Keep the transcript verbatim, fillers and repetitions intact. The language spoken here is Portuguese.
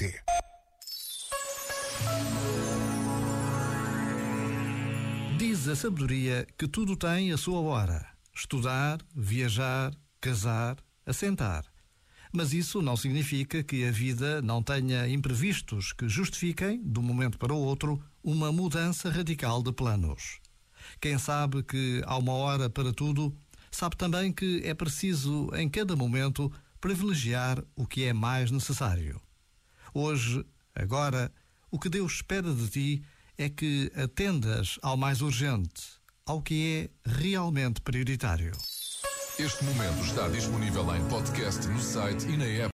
pt. Diz a sabedoria que tudo tem a sua hora. Estudar, viajar, casar, assentar. Mas isso não significa que a vida não tenha imprevistos que justifiquem, de um momento para o outro, uma mudança radical de planos. Quem sabe que há uma hora para tudo, sabe também que é preciso, em cada momento, privilegiar o que é mais necessário. Hoje, agora, o que Deus espera de ti é que atendas ao mais urgente, ao que é realmente prioritário. Este momento está disponível em podcast no site e na app.